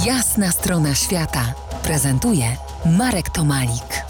Jasna strona świata prezentuje Marek Tomalik.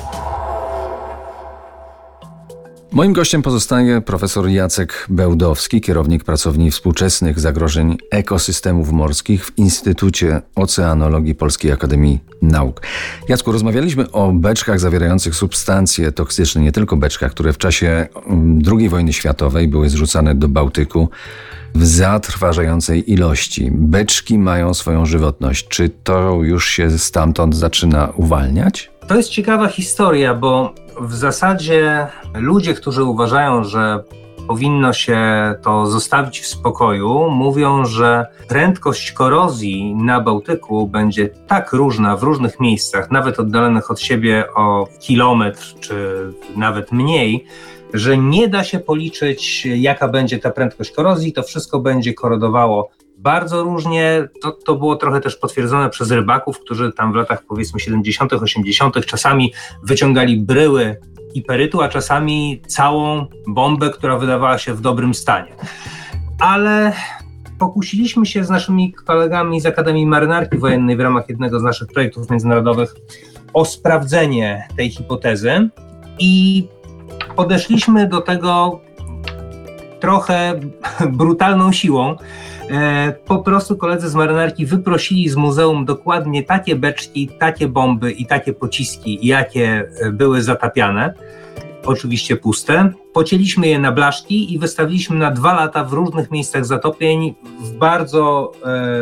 Moim gościem pozostaje profesor Jacek Bełdowski, kierownik pracowni współczesnych zagrożeń ekosystemów morskich w Instytucie Oceanologii Polskiej Akademii Nauk. Jacku, rozmawialiśmy o beczkach zawierających substancje toksyczne, nie tylko beczkach, które w czasie II wojny światowej były zrzucane do Bałtyku w zatrważającej ilości. Beczki mają swoją żywotność. Czy to już się stamtąd zaczyna uwalniać? To jest ciekawa historia, bo w zasadzie ludzie, którzy uważają, że powinno się to zostawić w spokoju, mówią, że prędkość korozji na Bałtyku będzie tak różna w różnych miejscach, nawet oddalonych od siebie o kilometr czy nawet mniej, że nie da się policzyć, jaka będzie ta prędkość korozji. To wszystko będzie korodowało bardzo różnie. To było trochę też potwierdzone przez rybaków, którzy tam w latach powiedzmy 70., 80. czasami wyciągali bryły iperytu, a czasami całą bombę, która wydawała się w dobrym stanie. Ale pokusiliśmy się z naszymi kolegami z Akademii Marynarki Wojennej w ramach jednego z naszych projektów międzynarodowych o sprawdzenie tej hipotezy i podeszliśmy do tego trochę brutalną siłą. Po prostu koledzy z marynarki wyprosili z muzeum dokładnie takie beczki, takie bomby i takie pociski, jakie były zatapiane, oczywiście puste. Pocięliśmy je na blaszki i wystawiliśmy na 2 lata w różnych miejscach zatopień w bardzo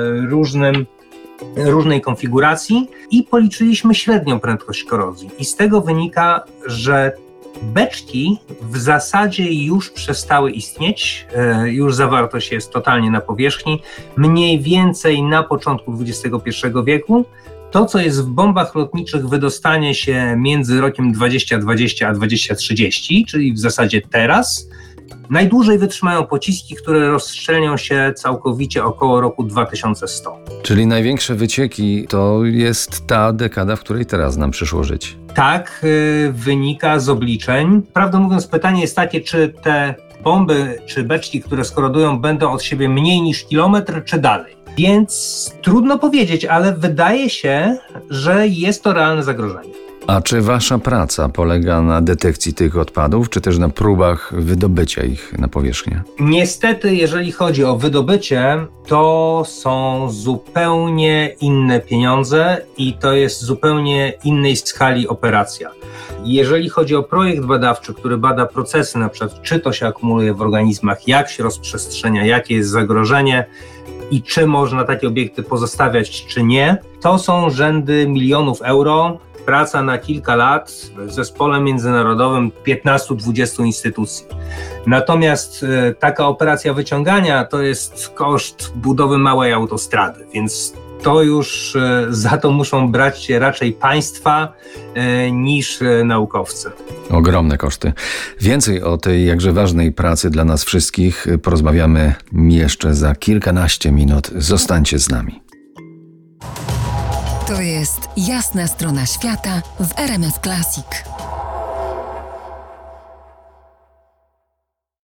różnej konfiguracji i policzyliśmy średnią prędkość korozji. I z tego wynika, że beczki w zasadzie już przestały istnieć, już zawartość jest totalnie na powierzchni, mniej więcej na początku XXI wieku. To, co jest w bombach lotniczych, wydostanie się między rokiem 2020 a 2030, czyli w zasadzie teraz. Najdłużej wytrzymają pociski, które rozstrzelnią się całkowicie około roku 2100. Czyli największe wycieki to jest ta dekada, w której teraz nam przyszło żyć. Tak, wynika z obliczeń. Prawdę mówiąc, pytanie jest takie, czy te bomby czy beczki, które skorodują, będą od siebie mniej niż kilometr, czy dalej. Więc trudno powiedzieć, ale wydaje się, że jest to realne zagrożenie. A czy wasza praca polega na detekcji tych odpadów, czy też na próbach wydobycia ich na powierzchnię? Niestety, jeżeli chodzi o wydobycie, to są zupełnie inne pieniądze i to jest zupełnie innej skali operacja. Jeżeli chodzi o projekt badawczy, który bada procesy, na przykład czy to się akumuluje w organizmach, jak się rozprzestrzenia, jakie jest zagrożenie i czy można takie obiekty pozostawiać, czy nie, to są rzędy milionów euro. Praca na kilka lat w zespole międzynarodowym 15-20 instytucji. Natomiast taka operacja wyciągania to jest koszt budowy małej autostrady, więc to już za to muszą brać się raczej państwa niż naukowcy. Ogromne koszty. Więcej o tej jakże ważnej pracy dla nas wszystkich porozmawiamy jeszcze za kilkanaście minut. Zostańcie z nami. To jest Jasna strona świata w RMF Classic.